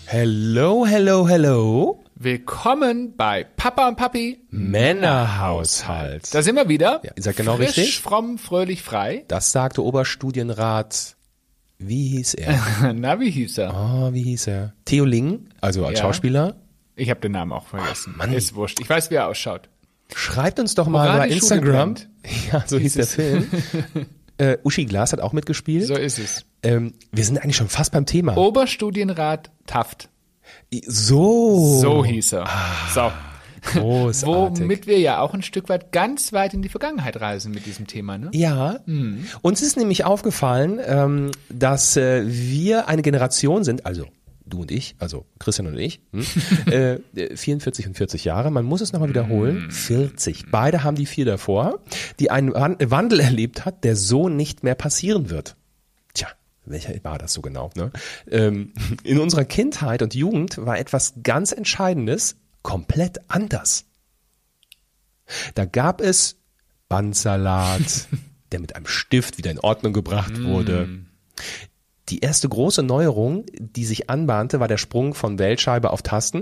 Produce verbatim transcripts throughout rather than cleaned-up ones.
Hello, hello, hello. Willkommen bei Papa und Papi Männerhaushalt. Da sind wir wieder. Ja, ihr seid genau Frisch, richtig. fromm, fröhlich, frei. Das sagte Oberstudienrat, wie hieß er? Na, wie hieß er? Oh, wie hieß er? Theo Ling, also als Ja. Schauspieler. Ich habe den Namen auch vergessen. Ach, Mann. Ist wurscht. Ich weiß, wie er ausschaut. Schreibt uns doch mal Hurra, bei die Schule Instagram. brennt. Ja, so hieß der es. Film. äh, Uschi Glas hat auch mitgespielt. So ist es. Ähm, wir sind eigentlich schon fast beim Thema. Oberstudienrat Taft. So. So hieß er. So. Großartig. Womit wir ja auch ein Stück weit ganz weit in die Vergangenheit reisen mit diesem Thema, ne? Ja, Mhm. uns ist nämlich aufgefallen, ähm, dass äh, wir eine Generation sind, also du und ich, also Christian und ich, hm, äh, vierundvierzig und vierzig Jahre, man muss es nochmal wiederholen, vierzig, beide haben die vier davor, die einen Wan- Wandel erlebt hat, der so nicht mehr passieren wird. Tja, welcher war das so genau? Ne? Ähm, in unserer Kindheit und Jugend war etwas ganz Entscheidendes komplett anders. Da gab es Bandsalat, der mit einem Stift wieder in Ordnung gebracht wurde. Die erste große Neuerung, die sich anbahnte, war der Sprung von Wählscheibe auf Tasten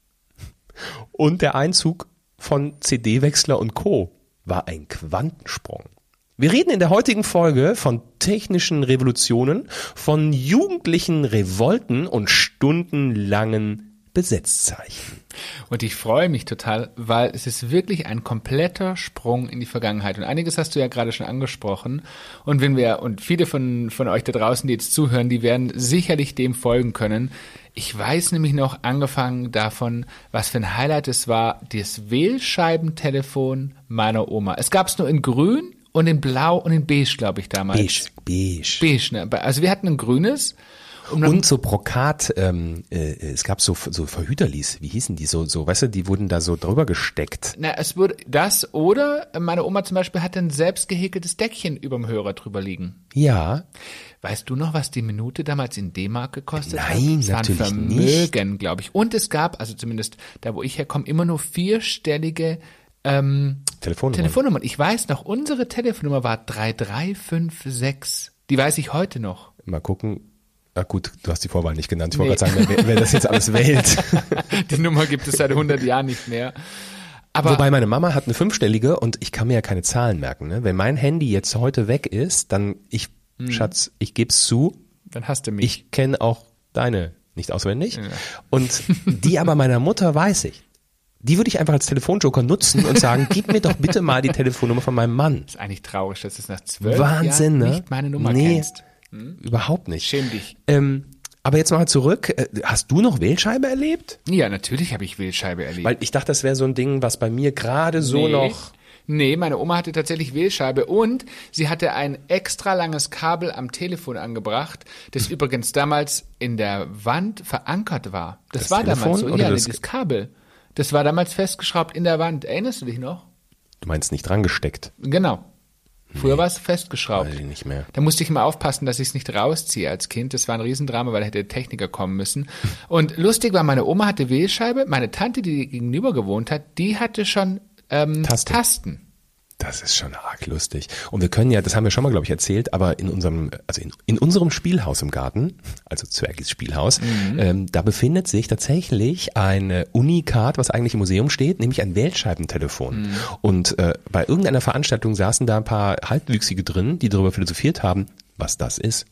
und der Einzug von C D-Wechsler und Co. war ein Quantensprung. Wir reden in der heutigen Folge von technischen Revolutionen, von jugendlichen Revolten und stundenlangen Besetzzeichen. Und ich freue mich total, weil es ist wirklich ein kompletter Sprung in die Vergangenheit. Und einiges hast du ja gerade schon angesprochen. Und wenn wir, und viele von, von euch da draußen, die jetzt zuhören, die werden sicherlich dem folgen können. Ich weiß nämlich noch, angefangen davon, was für ein Highlight es war, das Wählscheibentelefon meiner Oma. Es gab es nur in grün und in blau und in beige, glaube ich, damals. Beige, beige. Beige, ne? Also wir hatten ein grünes. Und, dann, Und so Brokat, ähm, äh, es gab so so Verhüterlis, wie hießen die, so, so, weißt du, die wurden da so drüber gesteckt. na, es wurde das oder meine Oma zum Beispiel hatte ein selbst gehäkeltes Deckchen überm Hörer drüber liegen. Ja, Weißt du noch, was die Minute damals in D-Mark gekostet hat? Nein, Es war natürlich ein Vermögen, glaube ich. Und es gab, also zumindest da, wo ich herkomme, immer nur vierstellige ähm, Telefonnummer. Telefonnummern. Ich weiß noch, unsere Telefonnummer war drei drei fünf sechs. Die weiß ich heute noch. Mal gucken. Ah gut, du hast die Vorwahl nicht genannt. Ich Nee. wollte gerade sagen, wer, wer das jetzt alles wählt. Die Nummer gibt es seit hundert Jahren nicht mehr. Aber Wobei meine Mama hat eine fünfstellige und ich kann mir ja keine Zahlen merken. Ne? Wenn mein Handy jetzt heute weg ist, dann, ich, Schatz, ich geb's zu, dann hast du mich. ich kenne auch deine nicht auswendig. Und die aber meiner Mutter weiß ich. Die würde ich einfach als Telefonjoker nutzen und sagen, gib mir doch bitte mal die Telefonnummer von meinem Mann. ist eigentlich traurig, dass du es nach zwölf Wahnsinn, Jahren ne? nicht meine Nummer Nee. kennst. Überhaupt nicht. Schäm dich. Ähm, aber jetzt mal zurück. Äh, Hast du noch Wählscheibe erlebt? Ja, natürlich habe ich Wählscheibe erlebt. Weil ich dachte, das wäre so ein Ding, was bei mir gerade so Nee. noch... Nee, meine Oma hatte tatsächlich Wählscheibe und sie hatte ein extra langes Kabel am Telefon angebracht, das übrigens damals in der Wand verankert war. Das, Das war Telefon damals so. oder Ja, das- das, das Kabel. Das war damals festgeschraubt in der Wand. Erinnerst du dich noch? Du meinst nicht dran gesteckt? Genau. Früher war es festgeschraubt. Weiß ich nicht mehr. Da musste ich immer aufpassen, dass ich es nicht rausziehe als Kind. Das war ein Riesendrama, weil da hätte der Techniker kommen müssen. Und lustig war, meine Oma hatte Wählscheibe, meine Tante, die gegenüber gewohnt hat, die hatte schon ähm, Tasten. Tasten. Das ist schon arg lustig. Und wir können ja, das haben wir schon mal, glaube ich, erzählt, aber in unserem, also in, in unserem Spielhaus im Garten, also Zwergis Spielhaus, Mhm. ähm, da befindet sich tatsächlich ein Unikat, was eigentlich im Museum steht, nämlich ein Wählscheibentelefon. Mhm. Und äh, bei irgendeiner Veranstaltung saßen da ein paar Halbwüchsige drin, die darüber philosophiert haben, was das ist.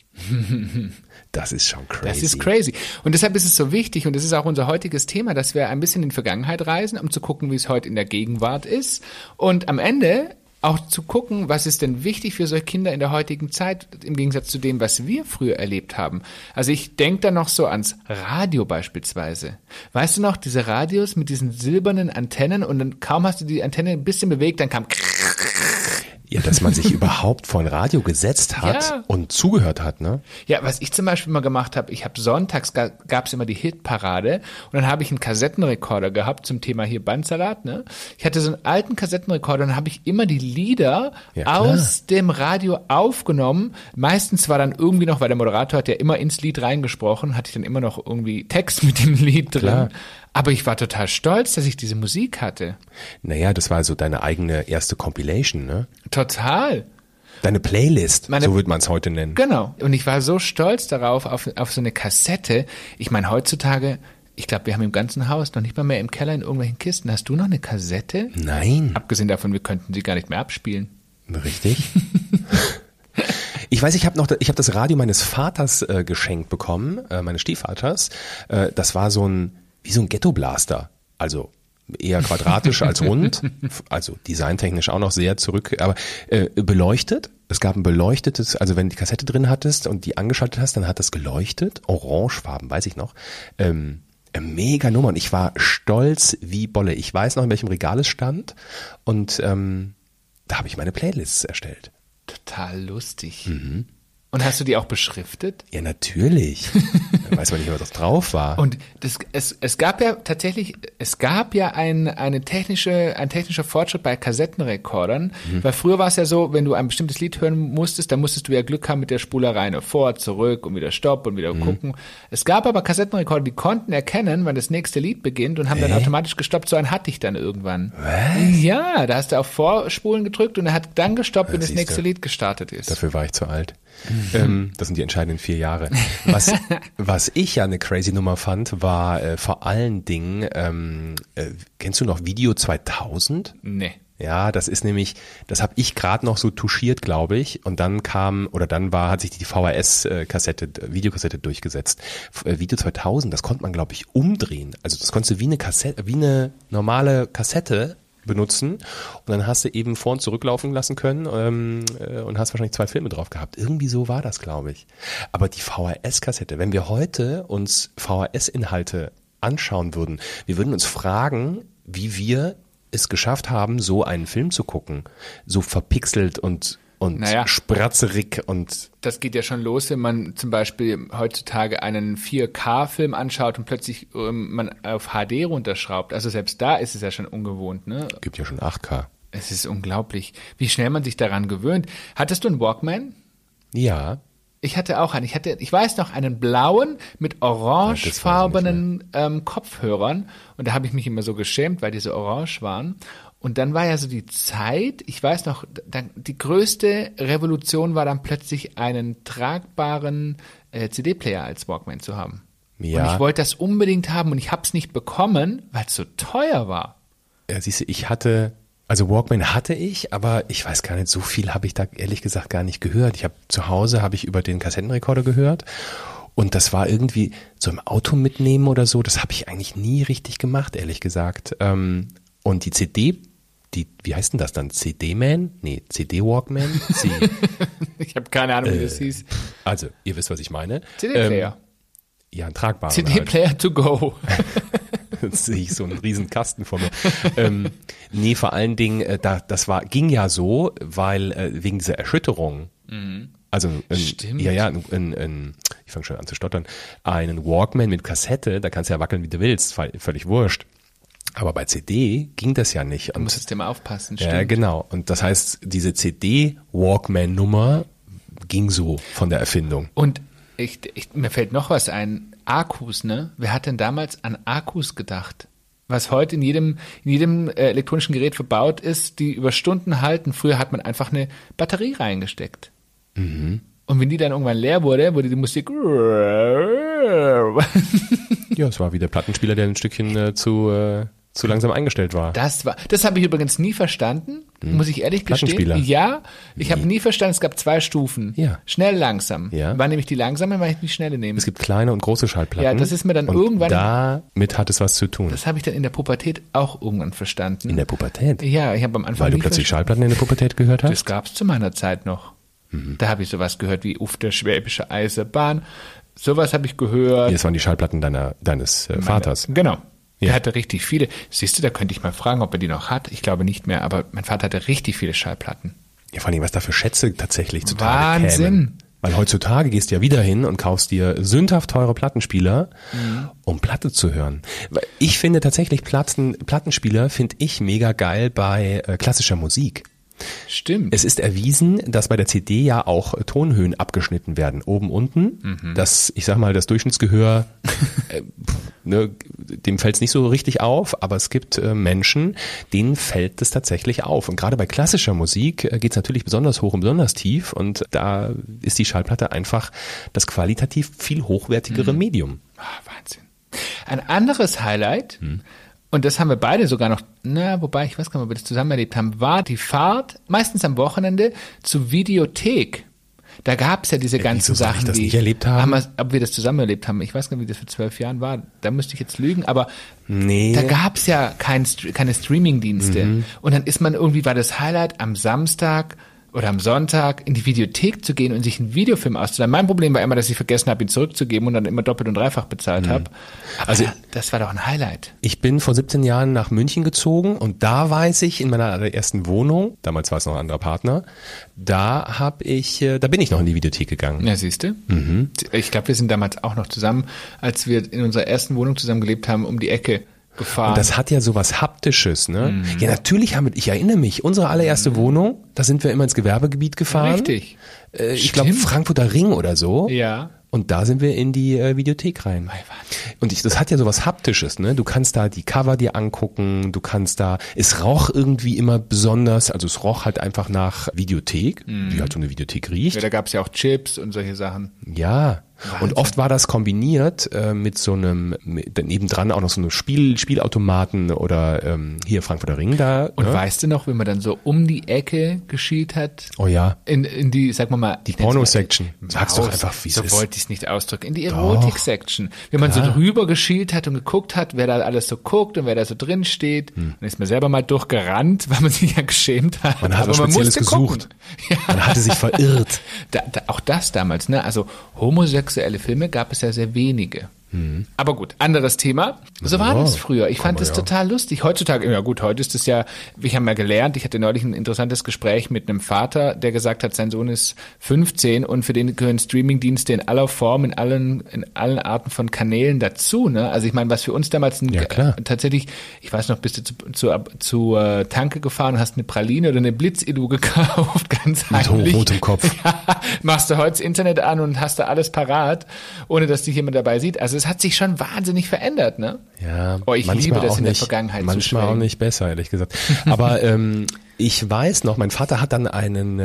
Das ist schon crazy. Das ist crazy. Und deshalb ist es so wichtig, und das ist auch unser heutiges Thema, dass wir ein bisschen in die Vergangenheit reisen, um zu gucken, wie es heute in der Gegenwart ist. Und am Ende auch zu gucken, was ist denn wichtig für solche Kinder in der heutigen Zeit, im Gegensatz zu dem, was wir früher erlebt haben. Also ich denke da noch so ans Radio beispielsweise. Weißt du noch, diese Radios mit diesen silbernen Antennen und dann kaum hast du die Antenne ein bisschen bewegt, dann kam Ja, dass man sich überhaupt vor ein Radio gesetzt hat Ja. und zugehört hat, ne? Ja, was ich zum Beispiel mal gemacht habe, ich habe sonntags, ga, gab es immer die Hitparade und dann habe ich einen Kassettenrekorder gehabt zum Thema hier Bandsalat, ne? Ich hatte so einen alten Kassettenrekorder und dann habe ich immer die Lieder Ja, klar. aus dem Radio aufgenommen. Meistens war dann irgendwie noch, weil der Moderator hat ja immer ins Lied reingesprochen, hatte ich dann immer noch irgendwie Text mit dem Lied drin. Klar. Aber ich war total stolz, dass ich diese Musik hatte. Naja, das war so deine eigene erste Compilation, ne? Total. Deine Playlist, Meine, so würde man es heute nennen. Genau. Und ich war so stolz darauf, auf, auf so eine Kassette. Ich meine, heutzutage, ich glaube, wir haben im ganzen Haus noch nicht mal mehr im Keller in irgendwelchen Kisten. Hast du noch eine Kassette? Nein. Abgesehen davon, wir könnten sie gar nicht mehr abspielen. Richtig. Ich weiß, ich habe noch, ich habe das Radio meines Vaters äh, geschenkt bekommen, äh, meines Stiefvaters. Äh, das war so ein, wie so ein Ghetto-Blaster. Also eher quadratisch als rund, also designtechnisch auch noch sehr zurück, aber äh, beleuchtet. Es gab ein beleuchtetes, also wenn du die Kassette drin hattest und die angeschaltet hast, dann hat das geleuchtet, orangefarben, weiß ich noch. Ähm, mega Nummer und ich war stolz wie Bolle. Ich weiß noch, in welchem Regal es stand und ähm, da habe ich meine Playlists erstellt. Total lustig. Mhm. Und hast du die auch beschriftet? Ja, natürlich. Da weiß man nicht, was das drauf war. Und das, es, es gab ja tatsächlich, es gab ja ein, eine technische, ein technischer Fortschritt bei Kassettenrekordern, mhm. weil früher war es ja so, wenn du ein bestimmtes Lied hören musstest, dann musstest du ja Glück haben mit der Spulerei, ne? Vor, zurück und wieder Stopp und wieder mhm. gucken. Es gab aber Kassettenrekorder, die konnten erkennen, wann das nächste Lied beginnt und haben äh? dann automatisch gestoppt. So einen hatte ich dann irgendwann. Was? Ja, da hast du auf Vorspulen gedrückt und er hat dann gestoppt, ja, wenn das nächste du. Lied gestartet ist. Dafür war ich zu alt. ähm, das sind die entscheidenden vier Jahre. Was, was ich ja eine crazy Nummer fand, war äh, vor allen Dingen, ähm, äh, kennst du noch Video zweitausend? Nee. Ja, das ist nämlich, das habe ich gerade noch so touchiert, glaube ich. Und dann kam, oder dann war, hat sich die V H S-Kassette, Videokassette durchgesetzt. Video zweitausend, das konnte man, glaube ich, umdrehen. Also das konntest du wie eine Kassette, wie eine normale Kassette benutzen und dann hast du eben vor- und zurücklaufen lassen können ähm, äh, und hast wahrscheinlich zwei Filme drauf gehabt. Irgendwie so war das, glaube ich. Aber die V H S-Kassette, wenn wir heute uns V H S-Inhalte anschauen würden, wir würden uns fragen, wie wir es geschafft haben, so einen Film zu gucken. So verpixelt und und naja, spratzerig und das geht ja schon los, wenn man zum Beispiel heutzutage einen vier K-Film anschaut und plötzlich ähm, man auf H D runterschraubt. Also selbst da ist es ja schon ungewohnt. Ne? Gibt ja schon acht K. Es ist unglaublich, wie schnell man sich daran gewöhnt. Hattest du einen Walkman? Ja. Ich hatte auch einen. Ich hatte, ich weiß noch, einen blauen mit orangefarbenen ähm, Kopfhörern. Und da habe ich mich immer so geschämt, weil die so orange waren. Und dann war ja so die Zeit, ich weiß noch, dann, die größte Revolution war dann plötzlich einen tragbaren äh, C D-Player als Walkman zu haben. Ja. Und ich wollte das unbedingt haben und ich habe es nicht bekommen, weil es so teuer war. Ja, siehst du, ich hatte, also Walkman hatte ich, aber ich weiß gar nicht, so viel habe ich da ehrlich gesagt gar nicht gehört. Ich habe zu Hause, habe ich über den Kassettenrekorder gehört und das war irgendwie so im Auto mitnehmen oder so, das habe ich eigentlich nie richtig gemacht, ehrlich gesagt. Und die C D, die, wie heißt denn das dann? C D-Man? Nee, C D-Walkman? C- ich habe keine Ahnung, wie äh, das hieß. Also, ihr wisst, was ich meine. C D-Player. Ähm, ja, ein tragbarer. C D-Player halt. To go. Jetzt sehe ich so einen riesen Kasten vor mir. ähm, nee, vor allen Dingen, äh, da, das war, ging ja so, weil äh, wegen dieser Erschütterung. Mhm. Also, ein, Stimmt. ja, ja, ein, ein, ein, ich fange schon an zu stottern, einen Walkman mit Kassette, da kannst du ja wackeln, wie du willst, völlig wurscht. Aber bei C D ging das ja nicht. Du musst jetzt immer aufpassen, ja, stimmt. genau. Und das heißt, diese C D-Walkman-Nummer ging so von der Erfindung. Und ich, ich, mir fällt noch was ein. Akkus, ne? Wer hat denn damals an Akkus gedacht? Was heute in jedem, in jedem äh, elektronischen Gerät verbaut ist, die über Stunden halten. Früher hat man einfach eine Batterie reingesteckt. Mhm. Und wenn die dann irgendwann leer wurde, wurde die Musik ja, es war wie der Plattenspieler, der ein Stückchen äh, zu, äh, zu langsam eingestellt war. Das war, das habe ich übrigens nie verstanden, hm. muss ich ehrlich Plattenspieler. gestehen. Ja, ich habe nie verstanden, es gab zwei Stufen. Ja. Schnell, langsam. Ja. War nämlich die langsame, war ich die schnelle nehmen. Es gibt kleine und große Schallplatten. Ja, das ist mir dann und irgendwann. damit hat es was zu tun. Das habe ich dann in der Pubertät auch irgendwann verstanden. In der Pubertät? Ja, ich habe am Anfang. Weil du plötzlich Schallplatten in der Pubertät gehört hast? Das gab's zu meiner Zeit noch. Mhm. Da habe ich sowas gehört wie Uff, der Schwäbische Eisenbahn. Sowas habe ich gehört. Das waren die Schallplatten deiner, deines äh, Vaters. Meine, genau. Ja. Er hatte richtig viele. Siehst du, da könnte ich mal fragen, ob er die noch hat. Ich glaube nicht mehr, aber mein Vater hatte richtig viele Schallplatten. Ja, vor allem, was da für Schätze tatsächlich zutage Wahnsinn. kämen. Weil heutzutage gehst du ja wieder hin und kaufst dir sündhaft teure Plattenspieler, mhm. um Platte zu hören. Ich finde tatsächlich Platten, Plattenspieler finde ich mega geil bei äh, klassischer Musik. Stimmt. Es ist erwiesen, dass bei der C D ja auch Tonhöhen abgeschnitten werden, oben, unten. Mhm. Das, ich sag mal, das Durchschnittsgehör äh, ne, dem fällt es nicht so richtig auf, aber es gibt äh, Menschen, denen fällt es tatsächlich auf. Und gerade bei klassischer Musik äh, geht es natürlich besonders hoch und besonders tief und da ist die Schallplatte einfach das qualitativ viel hochwertigere mhm. Medium. Ah, Wahnsinn. Ein anderes Highlight, hm. und das haben wir beide sogar noch, na, wobei, ich weiß gar nicht, ob wir das zusammen erlebt haben, war die Fahrt, meistens am Wochenende, zur Videothek. Da gab es ja diese ganzen Wieso soll Sachen, ich das die, nicht erlebt haben? haben wir, ob wir das zusammen erlebt haben. Ich weiß gar nicht, wie das vor zwölf Jahren war. Da müsste ich jetzt lügen, aber nee. da gab es ja kein, keine Streaming-Dienste. Mhm. Und dann ist man irgendwie, war das Highlight am Samstag oder am Sonntag in die Videothek zu gehen und sich einen Videofilm auszuleihen. Mein Problem war immer, dass ich vergessen habe, ihn zurückzugeben und dann immer doppelt und dreifach bezahlt mhm. habe. Also das war doch ein Highlight. Ich bin vor siebzehn Jahren nach München gezogen und da weiß ich, in meiner allerersten Wohnung, damals war es noch ein anderer Partner, da habe ich, da bin ich noch in die Videothek gegangen. Ja, siehst du? Mhm. Ich glaube, wir sind damals auch noch zusammen, als wir in unserer ersten Wohnung zusammen gelebt haben, um die Ecke gefahren. Und das hat ja sowas Haptisches, ne? Mhm. Ja, natürlich haben wir, ich erinnere mich, unsere allererste mhm. Wohnung, da sind wir immer ins Gewerbegebiet gefahren. Richtig. Äh, ich glaube Frankfurter Ring oder so. Ja. Und da sind wir in die äh, Videothek rein. Und ich, das hat ja sowas Haptisches, ne? Du kannst da die Cover dir angucken, du kannst da, es roch irgendwie immer besonders, also es roch halt einfach nach Videothek, mhm. wie halt so eine Videothek riecht. Ja, da gab es ja auch Chips und solche Sachen. Ja. Wahnsinn. Und oft war das kombiniert äh, mit so einem, mit, nebendran auch noch so einem Spiel, Spielautomaten oder ähm, hier Frankfurter Ring da. Und ne? Weißt du noch, wenn man dann so um die Ecke geschielt hat? Oh ja. In, in die, sag mal mal. Die Porno-Section. Sag's doch einfach, wie es so ist. So wollte ich es nicht ausdrücken. In die Erotik-Section. Wenn man Klar. so drüber geschielt hat und geguckt hat, wer da alles so guckt und wer da so drin steht, hm. dann ist man selber mal durchgerannt, weil man sich ja geschämt hat. Man hat was Spezielles gesucht. Ja. Man hatte sich verirrt. Da, da, auch das damals, ne? Also homosexuelle Filme gab es ja sehr wenige. Hm. Aber gut, anderes Thema. So war das früher. Ich fand das ja. total lustig. Heutzutage, ja gut, heute ist es ja, wir haben ja gelernt, ich hatte neulich ein interessantes Gespräch mit einem Vater, der gesagt hat, sein Sohn ist fünfzehn und für den gehören Streamingdienste in aller Form, in allen, in allen Arten von Kanälen dazu. Ne? Also ich meine, was für uns damals ein, ja, klar. tatsächlich, ich weiß noch, bist du zu, zu, zu uh, Tanke gefahren, hast eine Praline oder eine Blitzilu gekauft, ganz heimlich. Mit rotem Kopf. Ja, machst du heute das Internet an und hast da alles parat, ohne dass dich jemand dabei sieht. Also es hat sich schon wahnsinnig verändert, ne? Ja, oh, ich liebe das in nicht, der Vergangenheit manchmal zu auch nicht besser, ehrlich gesagt. Aber ähm, ich weiß noch, mein Vater hat dann einen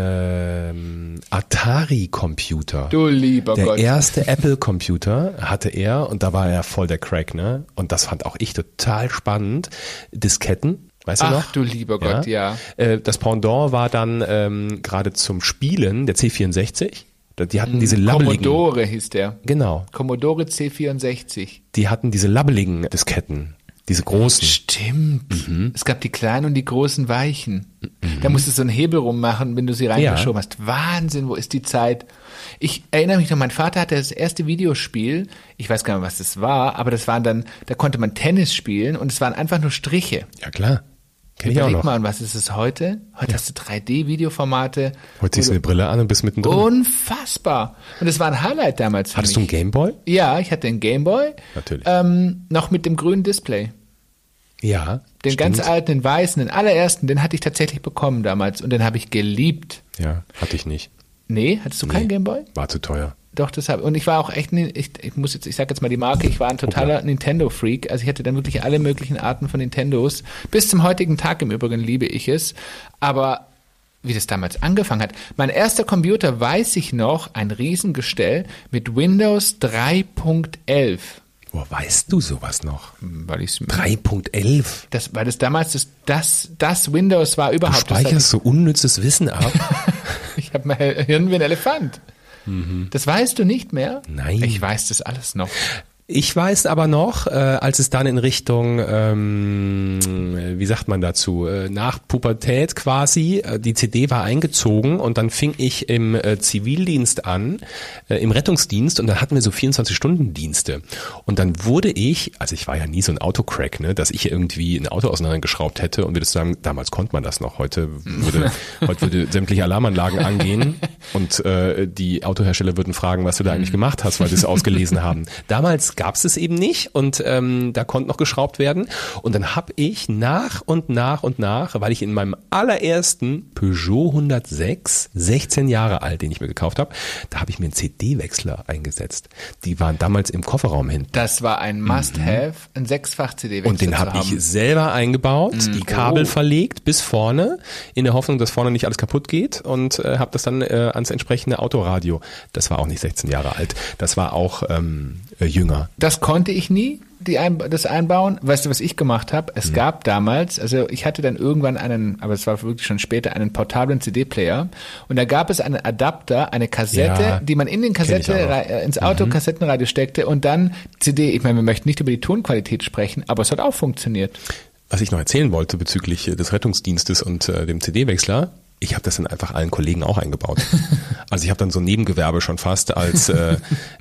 ähm, Atari-Computer. Du lieber der Gott. Der erste Apple-Computer hatte er und da war er voll der Crack, ne? Und das fand auch ich total spannend. Disketten. Weißt Ach, du noch? du lieber Gott, ja. ja. Das Pendant war dann ähm, gerade zum Spielen der C vierundsechzig. Die hatten diese labbeligen... Commodore hieß der. Genau. Commodore C vierundsechzig. Die hatten diese labbeligen Disketten. Diese großen. Stimmt. Mhm. Es gab die kleinen und die großen weichen. Mhm. Da musstest du so einen Hebel rummachen, wenn du sie reingeschoben ja. hast. Wahnsinn, wo ist die Zeit? Ich erinnere mich noch, mein Vater hatte das erste Videospiel, ich weiß gar nicht mehr, was das war, aber das waren dann, da konnte man Tennis spielen und es waren einfach nur Striche. Ja, klar. Kenn ich auch noch. Mal, und was ist es heute? Heute ja. hast du drei D-Videoformate. Heute ziehst du eine Brille an und bist mittendrin. Unfassbar. Und es war ein Highlight damals für Hattest mich. du einen Gameboy? Ja, ich hatte einen Gameboy. Natürlich. Ähm, noch mit dem grünen Display. Ja, Den stimmt. ganz alten, den weißen, den allerersten, den hatte ich tatsächlich bekommen damals und den habe ich geliebt. Ja, hatte ich nicht. Nee, hattest du nee, keinen Gameboy? War zu teuer. Doch, deshalb. Und ich war auch echt, ich, ich muss jetzt, ich sag jetzt mal die Marke, ich war ein totaler okay. Nintendo-Freak. Also ich hatte dann wirklich alle möglichen Arten von Nintendos. Bis zum heutigen Tag im Übrigen liebe ich es. Aber wie das damals angefangen hat. Mein erster Computer, weiß ich noch, ein Riesengestell mit Windows drei Punkt elf. Woher weißt du sowas noch? Weil ich's drei Punkt elf? Das, weil das damals das, das, das Windows war überhaupt. Du speicherst so unnützes Wissen ab. Ich habe mein Hirn wie ein Elefant. Mhm. Das weißt du nicht mehr? Nein. Ich weiß das alles noch. Ich weiß aber noch, äh, als es dann in Richtung, ähm, wie sagt man dazu, äh, nach Pubertät quasi, äh, die C D war eingezogen und dann fing ich im äh, Zivildienst an, äh, im Rettungsdienst und dann hatten wir so vierundzwanzig-Stunden-Dienste. Und dann wurde ich, also ich war ja nie so ein Autocrack, ne, dass ich irgendwie ein Auto auseinandergeschraubt hätte und würde sagen, damals konnte man das noch, heute würde, heute würde sämtliche Alarmanlagen angehen und äh, die Autohersteller würden fragen, was du da eigentlich gemacht hast, weil sie es ausgelesen haben. Damals gab es es eben nicht und ähm, da konnte noch geschraubt werden. Und dann habe ich nach und nach und nach, weil ich in meinem allerersten Peugeot hundertsechs, sechzehn Jahre alt, den ich mir gekauft habe, da habe ich mir einen C D-Wechsler eingesetzt. Die waren damals im Kofferraum hinten. Das war ein Must-Have, ein Sechsfach-C D-Wechsler Und den habe ich selber eingebaut, mm, die Kabel oh. verlegt bis vorne, in der Hoffnung, dass vorne nicht alles kaputt geht und äh, habe das dann äh, ans entsprechende Autoradio. Das war auch nicht sechzehn Jahre alt, das war auch ähm, äh, jünger. Das konnte ich nie, die ein, das einbauen. Weißt du, was ich gemacht habe? Es hm. gab damals, also ich hatte dann irgendwann einen, aber es war wirklich schon später, einen portablen C D-Player und da gab es einen Adapter, eine Kassette, ja, die man in den Kassette, ins Auto-Kassettenradio mhm. steckte und dann C D, ich meine, wir möchten nicht über die Tonqualität sprechen, aber es hat auch funktioniert. Was ich noch erzählen wollte bezüglich des Rettungsdienstes und äh, dem C D-Wechsler, ich habe das dann einfach allen Kollegen auch eingebaut. Also ich habe dann so ein Nebengewerbe schon fast als äh,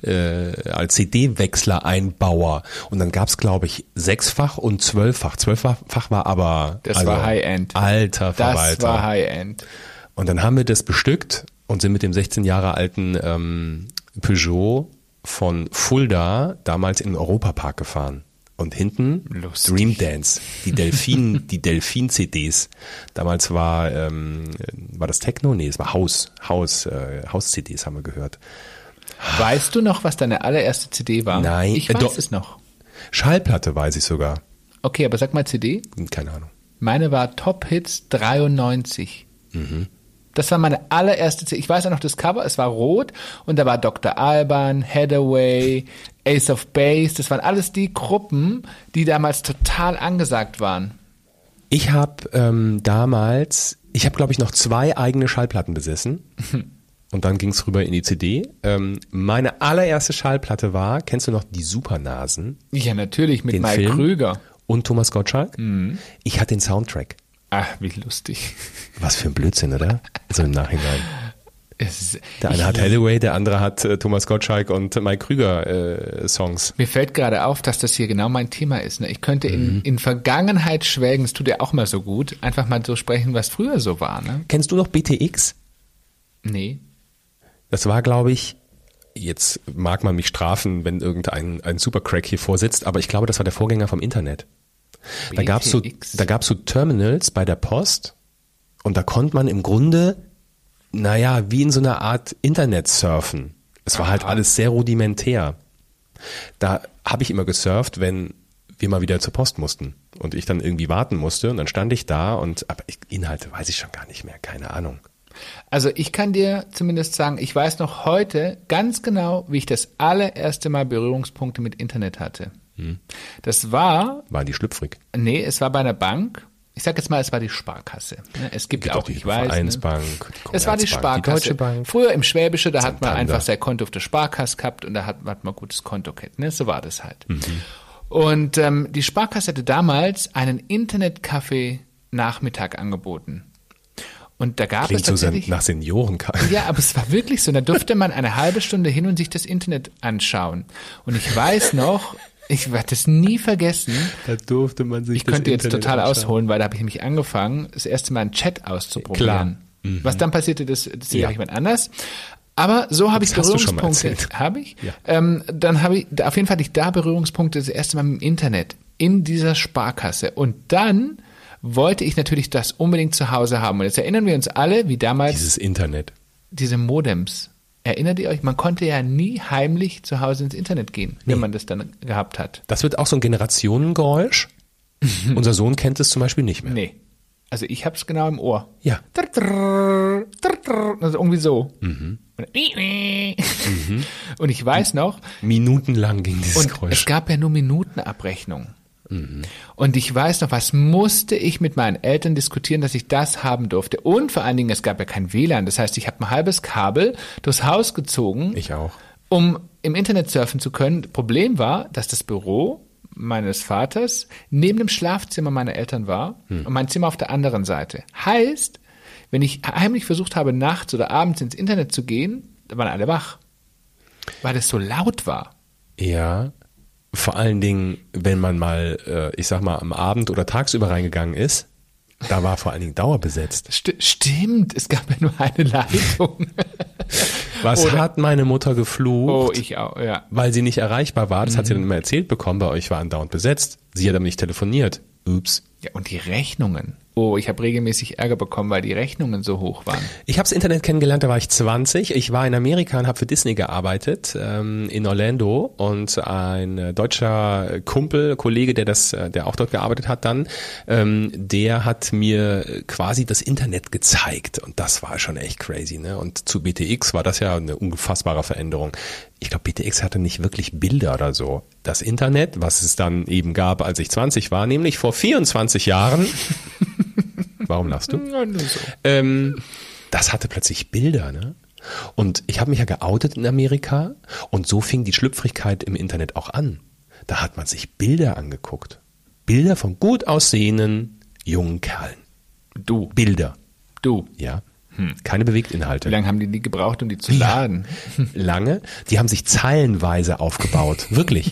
äh, als C D-Wechsler-Einbauer. Und dann gab's, glaube ich, sechsfach und zwölffach. Zwölffach war aber das also war High-End. Alter Verwalter. Das war High-End. Und dann haben wir das bestückt und sind mit dem sechzehn Jahre alten ähm, Peugeot von Fulda damals in den Europapark gefahren. Und hinten Lustig. Dream Dance, die Delfin, die Delfin-C Ds. Damals war ähm, war das Techno? Nee, es war Haus, Haus, äh, Haus-C Ds haben wir gehört. Weißt du noch, was deine allererste C D war? Nein. Ich weiß äh, doch, es noch. Schallplatte weiß ich sogar. Okay, aber sag mal C D. Keine Ahnung. Meine war Top Hits dreiundneunzig. Mhm. Das war meine allererste C D. Ich weiß auch noch das Cover, es war rot und da war Doktor Alban, Hathaway, Ace of Base. Das waren alles die Gruppen, die damals total angesagt waren. Ich habe ähm, damals, ich habe glaube ich noch zwei eigene Schallplatten besessen und dann ging's rüber in die C D. Ähm, meine allererste Schallplatte war, kennst du noch die Supernasen? Ja, natürlich, mit den Mike Film Krüger. Und Thomas Gottschalk. Mhm. Ich hatte den Soundtrack. Ach, wie lustig. Was für ein Blödsinn, oder? So im Nachhinein. Es, der eine hat Hathaway, der andere hat äh, Thomas Gottschalk und Mike Krüger äh, Songs. Mir fällt gerade auf, dass das hier genau mein Thema ist. Ne? Ich könnte in, mhm. in Vergangenheit schwelgen, das tut ja auch mal so gut, einfach mal so sprechen, was früher so war. Ne? Kennst du noch B T X? Nee. Das war, glaube ich, jetzt mag man mich strafen, wenn irgendein ein Supercrack hier vorsitzt, aber ich glaube, das war der Vorgänger vom Internet. Da gab's so, da gab's so Terminals bei der Post und da konnte man im Grunde, naja, wie in so einer Art Internet surfen. Es war Aha. halt alles sehr rudimentär. Da habe ich immer gesurft, wenn wir mal wieder zur Post mussten und ich dann irgendwie warten musste und dann stand ich da und, aber ich, Inhalte weiß ich schon gar nicht mehr, keine Ahnung. Also ich kann dir zumindest sagen, ich weiß noch heute ganz genau, wie ich das allererste Mal Berührungspunkte mit Internet hatte. Hm. Das war... Waren die schlüpfrig? Nee, es war bei einer Bank. Ich sag jetzt mal, es war die Sparkasse. Es gibt, gibt auch, ich weiß. Vereinsbank, ne? Es war die Sparkasse. Die Deutsche Bank. Früher im Schwäbische, da Santander. Hat man einfach sein Konto auf der Sparkasse gehabt und da hat, hat man gutes Konto gehabt. Ne? So war das halt. Mhm. Und ähm, die Sparkasse hatte damals einen Internetcafé-Nachmittag angeboten. Und da gab Klingt es tatsächlich... so nach Seniorencafé. Ja, aber es war wirklich so. Da durfte man eine halbe Stunde hin und sich das Internet anschauen. Und ich weiß noch... Ich werde das nie vergessen. Da durfte man sich Ich könnte das jetzt Internet total anschauen. ausholen, weil da habe ich nämlich angefangen, das erste Mal einen Chat auszuprobieren. Klar. Mhm. Was dann passierte, das, das sehe ja jemand anders. Aber so habe ich Das hast du schon mal Berührungspunkte. erzählt. Habe ich? Ja. Ähm, dann habe ich, auf jeden Fall hatte ich da Berührungspunkte das erste Mal im Internet, in dieser Sparkasse. Und dann wollte ich natürlich das unbedingt zu Hause haben. Und jetzt erinnern wir uns alle, wie damals Dieses Internet. diese Modems. Erinnert ihr euch, man konnte ja nie heimlich zu Hause ins Internet gehen, nee. wenn man das dann gehabt hat. Das wird auch so ein Generationengeräusch. Unser Sohn kennt es zum Beispiel nicht mehr. Nee. Also ich hab's genau im Ohr. Ja. Also irgendwie so. Mhm. Und ich weiß noch. Minutenlang ging dieses und Geräusch. Es gab ja nur Minutenabrechnung. Mhm. Und ich weiß noch, was musste ich mit meinen Eltern diskutieren, dass ich das haben durfte. Und vor allen Dingen, es gab ja kein W L A N. Das heißt, ich habe ein halbes Kabel durchs Haus gezogen. Ich auch. Um im Internet surfen zu können. Problem war, dass das Büro meines Vaters neben dem Schlafzimmer meiner Eltern war hm. und mein Zimmer auf der anderen Seite. Heißt, wenn ich heimlich versucht habe, nachts oder abends ins Internet zu gehen, da waren alle wach, weil es so laut war. Ja, vor allen Dingen, wenn man mal, äh, ich sag mal, am Abend oder tagsüber reingegangen ist, da war vor allen Dingen dauerbesetzt. St- stimmt, es gab ja nur eine Leitung. Was Oder- hat meine Mutter geflucht? Oh, ich auch, ja. Weil sie nicht erreichbar war. Das Mhm. hat sie dann immer erzählt bekommen. Bei euch war andauernd besetzt. Sie hat aber nicht telefoniert. Ups. Ja, und die Rechnungen. Oh, ich habe regelmäßig Ärger bekommen, weil die Rechnungen so hoch waren. Ich habe das Internet kennengelernt, da war ich zwanzig. Ich war in Amerika und habe für Disney gearbeitet, ähm, in Orlando. Und ein äh, deutscher Kumpel, Kollege, der das, äh, der auch dort gearbeitet hat dann, ähm, der hat mir quasi das Internet gezeigt. Und das war schon echt crazy, ne? Und zu B T X war das ja eine unfassbare Veränderung. Ich glaube, B T X hatte nicht wirklich Bilder oder so. Das Internet, was es dann eben gab, als ich zwanzig war, nämlich vor vierundzwanzig Jahren. Warum lachst du? Ja, nur so. Ähm, das hatte plötzlich Bilder, ne? Und ich habe mich ja geoutet in Amerika und so fing die Schlüpfrigkeit im Internet auch an. Da hat man sich Bilder angeguckt. Bilder von gut aussehenden jungen Kerlen. Du, Bilder, du. ja. Keine Wie Bewegtinhalte. lange haben die die gebraucht, um die zu Ja. laden? Lange. Die haben sich zeilenweise aufgebaut. Wirklich.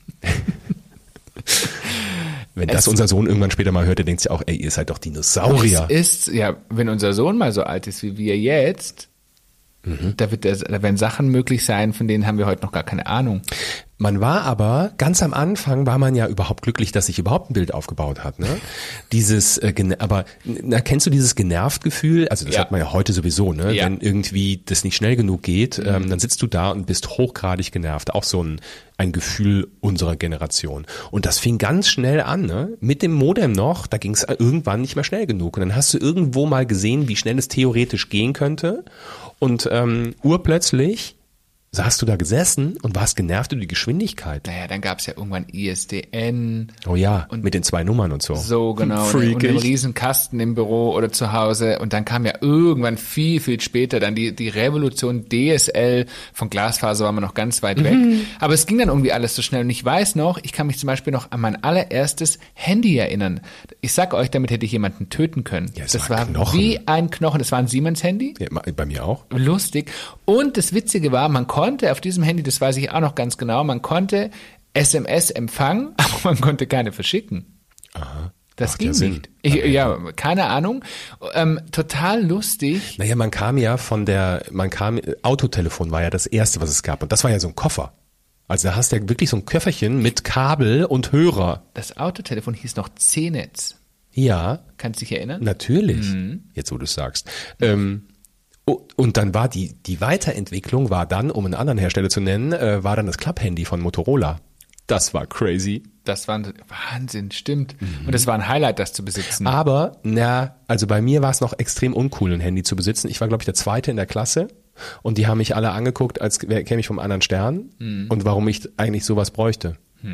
Wenn das Es- unser Sohn irgendwann später mal hört, der denkt sich auch, ey, ihr seid doch Dinosaurier. Es ist, ja, wenn unser Sohn mal so alt ist wie wir jetzt, Mhm. da, wird der, da werden Sachen möglich sein, von denen haben wir heute noch gar keine Ahnung. Man war aber, ganz am Anfang war man ja überhaupt glücklich, dass sich überhaupt ein Bild aufgebaut hat, ne? Dieses, äh, gene- aber, na, kennst du dieses genervt Gefühl? Also das Ja. hat man ja heute sowieso, ne? Ja. Wenn irgendwie das nicht schnell genug geht, ähm, dann sitzt du da und bist hochgradig genervt. Auch so ein, ein Gefühl unserer Generation. Und das fing ganz schnell an, ne? Mit dem Modem noch, da ging es irgendwann nicht mehr schnell genug. Und dann hast du irgendwo mal gesehen, wie schnell es theoretisch gehen könnte. Und ähm, urplötzlich saßt du da gesessen und warst genervt über die Geschwindigkeit. Naja, dann gab es ja irgendwann I S D N. Oh ja, Und mit den zwei Nummern und so. So, genau. Und Freakig. einen riesen Kasten im Büro oder zu Hause. Und dann kam ja irgendwann viel, viel später dann die, die Revolution D S L. Von Glasfaser waren wir noch ganz weit weg. Aber es ging dann irgendwie alles so schnell. Und ich weiß noch, ich kann mich zum Beispiel noch an mein allererstes Handy erinnern. Ich sag euch, damit hätte ich jemanden töten können. Ja, es das war war Knochen. wie ein Knochen. Das war ein Siemens-Handy. Ja, bei mir auch. Lustig. Und das Witzige war, man konnte auf diesem Handy, das weiß ich auch noch ganz genau, man konnte S M S empfangen, aber man konnte keine verschicken. Aha. Das Macht ging ja Sinn. nicht. Ich, ja, keine Ahnung. Ähm, total lustig. Naja, man kam ja von der, man kam, Autotelefon war ja das erste, was es gab. Und das war ja so ein Koffer. Also da hast du ja wirklich so ein Köfferchen mit Kabel und Hörer. Das Autotelefon hieß noch C-Netz. Ja, Kannst du dich erinnern? natürlich. Mhm. Jetzt, wo du es sagst. Ähm, oh, und dann war die, die Weiterentwicklung war dann, um einen anderen Hersteller zu nennen, äh, war dann das Club-Handy von Motorola. Das war crazy. Das war ein Wahnsinn, stimmt. Und das war ein Highlight, das zu besitzen. Aber, na, also bei mir war es noch extrem uncool, ein Handy zu besitzen. Ich war, glaube ich, der Zweite in der Klasse und die haben mich alle angeguckt, als wär- käme ich vom anderen Stern und warum ich eigentlich sowas bräuchte.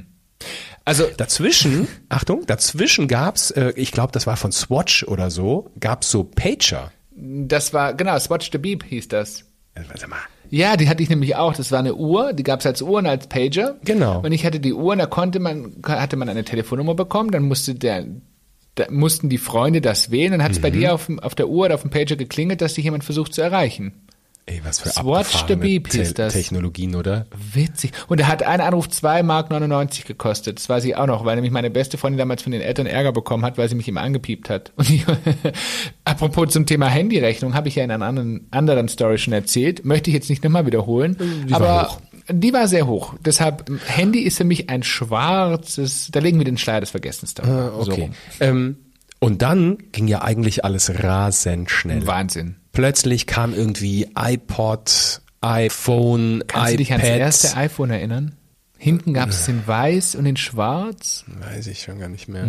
Also, Dazwischen, Achtung, dazwischen gab's, äh, ich glaube, das war von Swatch oder so, gab's so Pager. das war, genau, Swatch the Beep hieß das. Äh, Warte mal. Ja, die hatte ich nämlich auch. Das war eine Uhr, die gab es als Uhr und als Pager. Genau. Und ich hatte die Uhr und da konnte man, hatte man eine Telefonnummer bekommen, dann musste der, da mussten die Freunde das wählen, dann hat es bei Mhm. dir auf, dem- auf der Uhr oder auf dem Pager geklingelt, dass dich jemand versucht zu erreichen. Ey, was für Swatch the abgefahrene Beep hieß Te- das. Technologien, oder? Witzig. Und da hat ein Anruf zwei Mark neunundneunzig gekostet. Das weiß ich auch noch, weil nämlich meine beste Freundin damals von den Eltern Ärger bekommen hat, weil sie mich immer angepiept hat. Und ich, apropos zum Thema Handyrechnung, habe ich ja in einer anderen, anderen Story schon erzählt. Möchte ich jetzt nicht nochmal wiederholen. Die war aber hoch. die war sehr hoch. Deshalb, Handy ist für mich ein schwarzes, da legen wir den Schleier des Vergessens da. So Okay. rum. Ähm, und dann ging ja eigentlich alles rasend schnell. Wahnsinn. Plötzlich kam irgendwie iPod, iPhone, Kannst du iPad. dich ans erste iPhone erinnern? Hinten gab es in weiß und in schwarz. Weiß ich schon gar nicht mehr.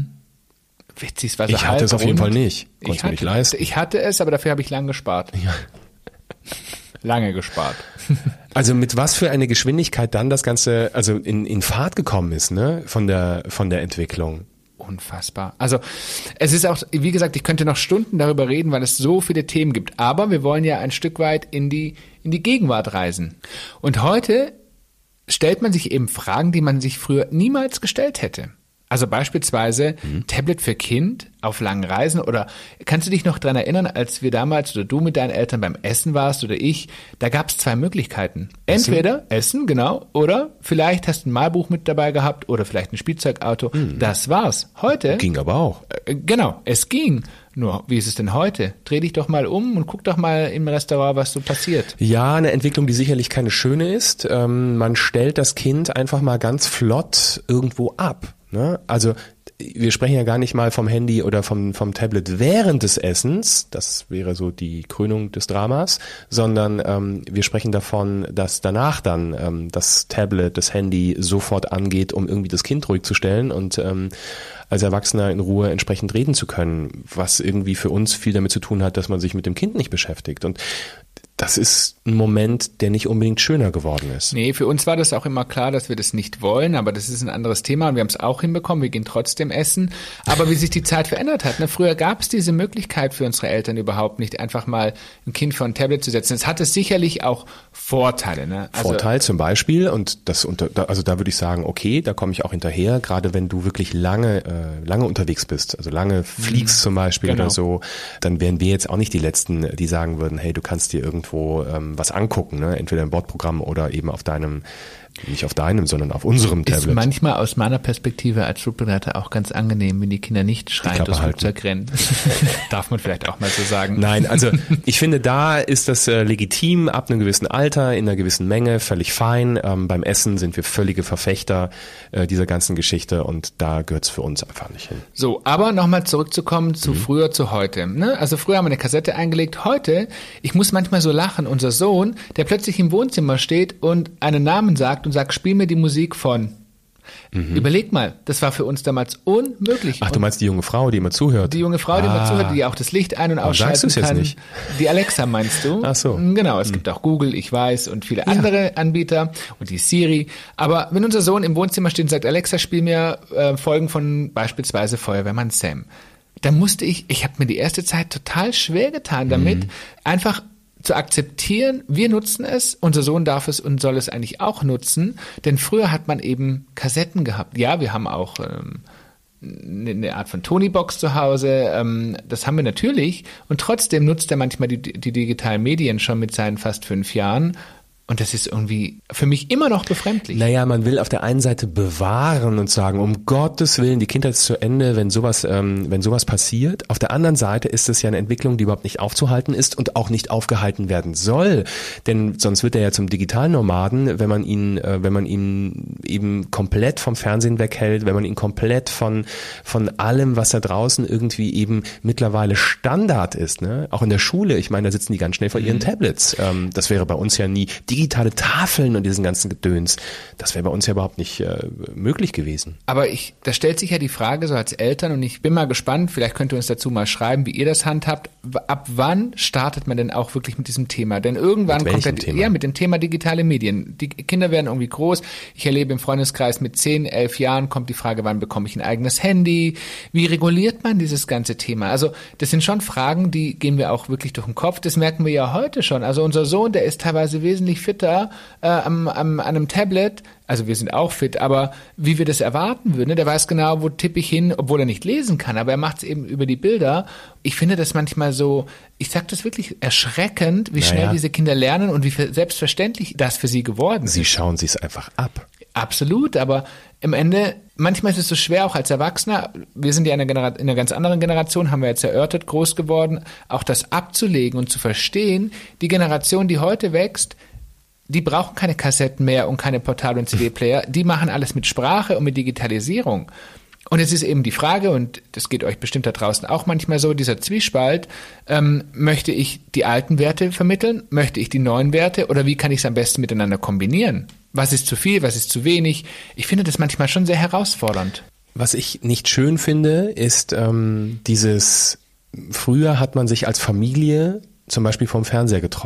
Witzig, es war so Ich hatte es auf jeden halbrund. Fall nicht. Ich Konntest du nicht hatte, leisten. ich hatte es, aber dafür habe ich lang gespart. Ja. Lange gespart. Also mit was für eine Geschwindigkeit dann das Ganze, also in, in Fahrt gekommen ist, ne, von der, von der Entwicklung. Unfassbar. Also es ist auch, wie gesagt, ich könnte noch Stunden darüber reden, weil es so viele Themen gibt. Aber wir wollen ja ein Stück weit in die, in die Gegenwart reisen. Und heute stellt man sich eben Fragen, die man sich früher niemals gestellt hätte. Also beispielsweise mhm. Tablet für Kind auf langen Reisen oder kannst du dich noch dran erinnern, als wir damals oder du mit deinen Eltern beim Essen warst oder ich, da gab es zwei Möglichkeiten. Entweder Essen, Essen genau, oder vielleicht hast du ein Malbuch mit dabei gehabt oder vielleicht ein Spielzeugauto. Mhm. Das war's. Heute... Ging aber auch. Äh, genau, es ging. Nur, wie ist es denn heute? Dreh dich doch mal um und guck doch mal im Restaurant, was so passiert. Ja, eine Entwicklung, die sicherlich keine schöne ist. Ähm, man stellt das Kind einfach mal ganz flott irgendwo ab. Ne? Also wir sprechen ja gar nicht mal vom Handy oder vom, vom Tablet während des Essens, das wäre so die Krönung des Dramas, sondern ähm, wir sprechen davon, dass danach dann ähm, das Tablet, das Handy sofort angeht, um irgendwie das Kind ruhig zu stellen und ähm, als Erwachsener in Ruhe entsprechend reden zu können, was irgendwie für uns viel damit zu tun hat, dass man sich mit dem Kind nicht beschäftigt. Und das ist ein Moment, der nicht unbedingt schöner geworden ist. Nee, für uns war das auch immer klar, dass wir das nicht wollen, aber das ist ein anderes Thema und wir haben es auch hinbekommen, wir gehen trotzdem essen. Aber wie sich die Zeit verändert hat, ne? Früher gab es diese Möglichkeit für unsere Eltern überhaupt nicht, einfach mal ein Kind vor ein Tablet zu setzen. Es hatte sicherlich auch Vorteile. Ne? Also Vorteil zum Beispiel, und das unter, also da würde ich sagen, okay, da komme ich auch hinterher, gerade wenn du wirklich lange, äh, lange unterwegs bist, also lange fliegst mhm. zum Beispiel genau. oder so, dann wären wir jetzt auch nicht die Letzten, die sagen würden, hey, du kannst dir irgendwie irgendwo ähm, was angucken, ne? Entweder im Bordprogramm oder eben auf deinem, nicht auf deinem, sondern auf unserem Tablet. Ist manchmal aus meiner Perspektive als Flugbegleiter auch ganz angenehm, wenn die Kinder nicht schreiend durchs Flugzeug rennen. Darf man vielleicht auch mal so sagen. Nein, also ich finde, da ist das äh, legitim, ab einem gewissen Alter, in einer gewissen Menge, völlig fein. Ähm, beim Essen sind wir völlige Verfechter äh, dieser ganzen Geschichte und da gehört es für uns einfach nicht hin. So, aber nochmal zurückzukommen zu mhm. früher, zu heute. Ne? Also früher haben wir eine Kassette eingelegt, heute, ich muss manchmal so lachen, unser Sohn, der plötzlich im Wohnzimmer steht und einen Namen sagt und sagt, spiel mir die Musik von. Mhm. Überleg mal, das war für uns damals unmöglich. Ach, du meinst die junge Frau, die immer zuhört? Die junge Frau, die ah. immer zuhört, die auch das Licht ein- und ausschalten sagst kann. Jetzt nicht? Die Alexa meinst du? Ach so. Genau, es mhm. gibt auch Google, ich weiß, und viele andere ja. Anbieter und die Siri. Aber wenn unser Sohn im Wohnzimmer steht und sagt, Alexa, spiel mir äh, Folgen von beispielsweise Feuerwehrmann Sam, dann musste ich, ich habe mir die erste Zeit total schwer getan damit, mhm. einfach zu akzeptieren, wir nutzen es, unser Sohn darf es und soll es eigentlich auch nutzen, denn früher hat man eben Kassetten gehabt. Ja, wir haben auch ähm, eine Art von Tonybox zu Hause, ähm, das haben wir natürlich und trotzdem nutzt er manchmal die, die digitalen Medien schon mit seinen fast fünf Jahren. Und das ist irgendwie für mich immer noch befremdlich. Naja, man will auf der einen Seite bewahren und sagen, um Gottes Willen, die Kindheit ist zu Ende, wenn sowas, ähm, wenn sowas passiert. Auf der anderen Seite ist es ja eine Entwicklung, die überhaupt nicht aufzuhalten ist und auch nicht aufgehalten werden soll. Denn sonst wird er ja zum Digitalnomaden, wenn man ihn, äh, wenn man ihn eben komplett vom Fernsehen weghält, wenn man ihn komplett von, von allem, was da draußen irgendwie eben mittlerweile Standard ist, ne? Auch in der Schule. Ich meine, da sitzen die ganz schnell vor ihren mhm. Tablets. Ähm, das wäre bei uns ja nie digitale Tafeln und diesen ganzen Gedöns. Das wäre bei uns ja überhaupt nicht äh, möglich gewesen. Aber ich, da stellt sich ja die Frage so als Eltern und ich bin mal gespannt, vielleicht könnt ihr uns dazu mal schreiben, wie ihr das handhabt. Ab wann startet man denn auch wirklich mit diesem Thema? Denn irgendwann kommt der, Thema? ja mit dem Thema digitale Medien. Die Kinder werden irgendwie groß. Ich erlebe im Freundeskreis mit zehn, elf Jahren kommt die Frage, wann bekomme ich ein eigenes Handy? Wie reguliert man dieses ganze Thema? Also das sind schon Fragen, die gehen wir auch wirklich durch den Kopf. Das merken wir ja heute schon. Also unser Sohn, der ist teilweise wesentlich fitter äh, am, am, an einem Tablet, also wir sind auch fit, aber wie wir das erwarten würden, ne? Der weiß genau, wo tippe ich hin, obwohl er nicht lesen kann, aber er macht es eben über die Bilder. Ich finde das manchmal so, ich sage das wirklich erschreckend, wie naja. schnell diese Kinder lernen und wie selbstverständlich das für sie geworden ist. Sie schauen sich es einfach ab. Absolut, aber im Ende, manchmal ist es so schwer, auch als Erwachsener, wir sind ja in einer, Genera- in einer ganz anderen Generation, haben wir jetzt erörtert, groß geworden, auch das abzulegen und zu verstehen, die Generation, die heute wächst, die brauchen keine Kassetten mehr und keine Portal- und C D-Player, die machen alles mit Sprache und mit Digitalisierung. Und es ist eben die Frage, und das geht euch bestimmt da draußen auch manchmal so, dieser Zwiespalt, ähm, möchte ich die alten Werte vermitteln, möchte ich die neuen Werte oder wie kann ich es am besten miteinander kombinieren? Was ist zu viel, was ist zu wenig? Ich finde das manchmal schon sehr herausfordernd. Was ich nicht schön finde, ist ähm, dieses, früher hat man sich als Familie zum Beispiel vorm Fernseher getroffen.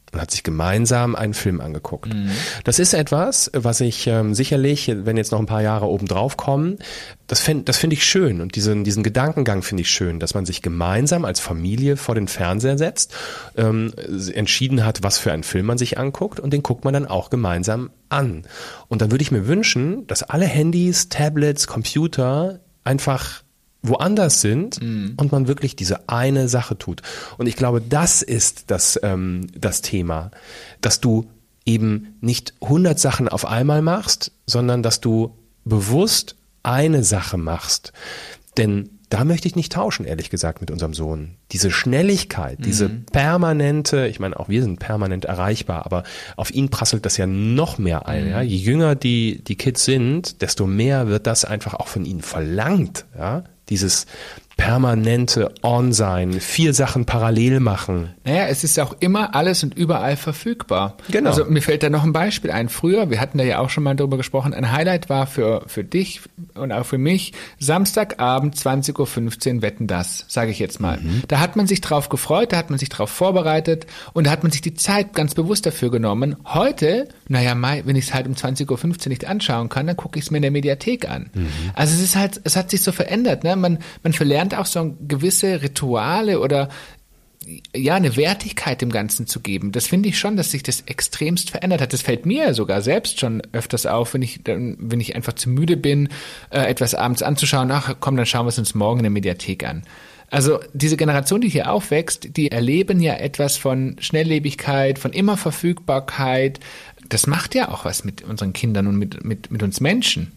und hat sich gemeinsam einen Film angeguckt. Mhm. Das ist etwas, was ich ähm, sicherlich, wenn jetzt noch ein paar Jahre oben drauf kommen, das finde das finde ich schön und diesen, diesen Gedankengang finde ich schön, dass man sich gemeinsam als Familie vor den Fernseher setzt, ähm, entschieden hat, was für einen Film man sich anguckt und den guckt man dann auch gemeinsam an. Und dann würde ich mir wünschen, dass alle Handys, Tablets, Computer einfach woanders sind mm. und man wirklich diese eine Sache tut. Und ich glaube, das ist das, ähm, das Thema, dass du eben nicht hundert Sachen auf einmal machst, sondern dass du bewusst eine Sache machst. Denn da möchte ich nicht tauschen, ehrlich gesagt, mit unserem Sohn. Diese Schnelligkeit, mhm. diese permanente, ich meine, auch wir sind permanent erreichbar, aber auf ihn prasselt das ja noch mehr ein. Mhm. Ja? Je jünger die, die Kids sind, desto mehr wird das einfach auch von ihnen verlangt. Ja? Dieses permanente On-Sein, vier Sachen parallel machen. Naja, es ist auch immer alles und überall verfügbar. Genau. Also mir fällt da noch ein Beispiel ein. Früher, wir hatten da ja auch schon mal drüber gesprochen, ein Highlight war für für dich und auch für mich Samstagabend zwanzig Uhr fünfzehn Wetten, das, sage ich jetzt mal. Mhm. Da hat man sich drauf gefreut, da hat man sich drauf vorbereitet und da hat man sich die Zeit ganz bewusst dafür genommen. Heute, naja, wenn ich es halt um zwanzig Uhr fünfzehn nicht anschauen kann, dann gucke ich es mir in der Mediathek an. Mhm. Also es ist halt, es hat sich so verändert, ne? Man man verlernt auch so gewisse Rituale oder ja, eine Wertigkeit dem Ganzen zu geben. Das finde ich schon, dass sich das extremst verändert hat. Das fällt mir sogar selbst schon öfters auf, wenn ich dann, wenn ich einfach zu müde bin, äh, etwas abends anzuschauen. Ach komm, dann schauen wir es uns morgen in der Mediathek an. Also diese Generation, die hier aufwächst, die erleben ja etwas von Schnelllebigkeit, von Immerverfügbarkeit. Das macht ja auch was mit unseren Kindern und mit, mit, mit uns Menschen.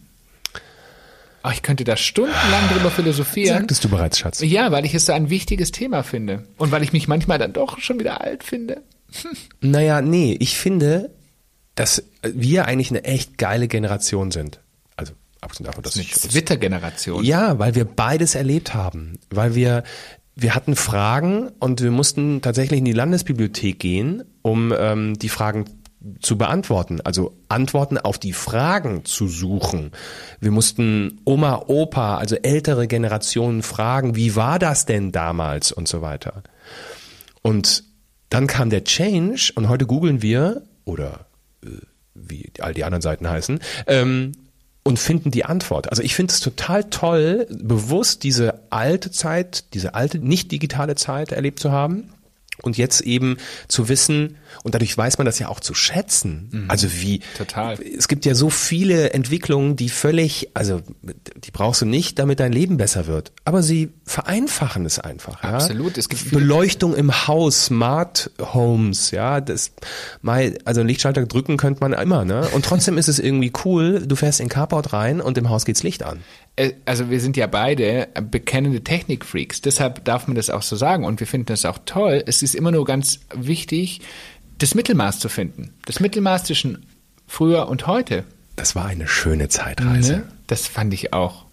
Oh, ich könnte da stundenlang drüber philosophieren. Sagtest du bereits, Schatz. Ja, weil ich es so ein wichtiges Thema finde. Und weil ich mich manchmal dann doch schon wieder alt finde. Hm. Naja, nee, ich finde, dass wir eigentlich eine echt geile Generation sind. Also, abgesehen davon, dass das ist eine Twitter-Generation. Ja, weil wir beides erlebt haben. Weil wir, wir hatten Fragen und wir mussten tatsächlich in die Landesbibliothek gehen, um ähm, die Fragen zu beantworten, also Antworten auf die Fragen zu suchen. Wir mussten Oma, Opa, also ältere Generationen fragen, wie war das denn damals und so weiter. Und dann kam der Change und heute googeln wir, oder äh, wie all die anderen Seiten heißen, ähm, und finden die Antwort. Also ich finde es total toll, bewusst diese alte Zeit, diese alte, nicht digitale Zeit erlebt zu haben. Und jetzt eben zu wissen, und dadurch weiß man das ja auch zu schätzen. Mhm. Also wie, total. Es gibt ja so viele Entwicklungen, die völlig, also die brauchst du nicht, damit dein Leben besser wird. Aber sie vereinfachen es einfach. Absolut. Ja? Es gibt Beleuchtung im Haus, Smart Homes, ja, das, mal, also einen Lichtschalter drücken könnte man immer, ne? Und trotzdem ist es irgendwie cool, du fährst in Carport rein und im Haus geht's Licht an. Also wir sind ja beide bekennende Technikfreaks, deshalb darf man das auch so sagen und wir finden das auch toll. Es ist immer nur ganz wichtig, das Mittelmaß zu finden. Das Mittelmaß zwischen früher und heute. Das war eine schöne Zeitreise. Ne? Das fand ich auch.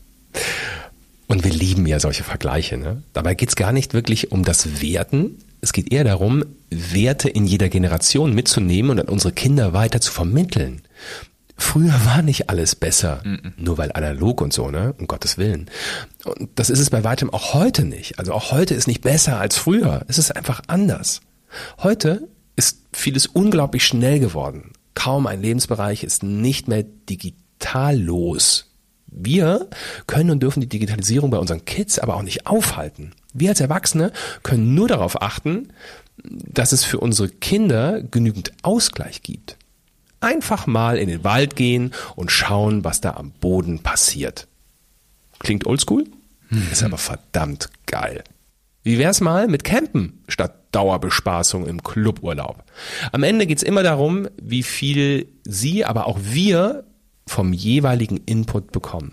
Und wir lieben ja solche Vergleiche. Ne? Dabei geht's gar nicht wirklich um das Werten. Es geht eher darum, Werte in jeder Generation mitzunehmen und an unsere Kinder weiter zu vermitteln. Früher war nicht alles besser, mm-mm. nur weil analog und so, ne? Um Gottes Willen. Und das ist es bei weitem auch heute nicht. Also auch heute ist nicht besser als früher. Es ist einfach anders. Heute ist vieles unglaublich schnell geworden. Kaum ein Lebensbereich ist nicht mehr digitallos. Wir können und dürfen die Digitalisierung bei unseren Kids aber auch nicht aufhalten. Wir als Erwachsene können nur darauf achten, dass es für unsere Kinder genügend Ausgleich gibt. Einfach mal in den Wald gehen und schauen, was da am Boden passiert. Klingt oldschool? Mhm. Ist aber verdammt geil. Wie wär's mal mit Campen statt Dauerbespaßung im Cluburlaub? Am Ende geht's immer darum, wie viel Sie, aber auch wir vom jeweiligen Input bekommen.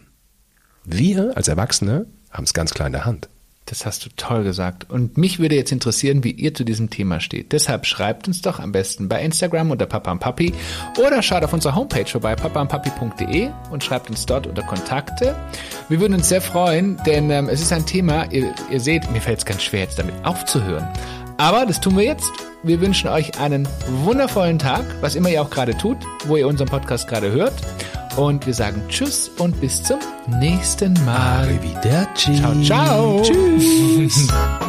Wir als Erwachsene haben es ganz klar in der Hand. Das hast du toll gesagt. Und mich würde jetzt interessieren, wie ihr zu diesem Thema steht. Deshalb schreibt uns doch am besten bei Instagram unter Papa und Papi oder schaut auf unserer Homepage vorbei, papa und papi punkt de und schreibt uns dort unter Kontakte. Wir würden uns sehr freuen, denn ähm, es ist ein Thema, ihr, ihr seht, mir fällt es ganz schwer, jetzt damit aufzuhören. Aber das tun wir jetzt. Wir wünschen euch einen wundervollen Tag, was immer ihr auch gerade tut, wo ihr unseren Podcast gerade hört. Und wir sagen Tschüss und bis zum nächsten Mal. Arrivederci. Ciao, ciao. Tschüss.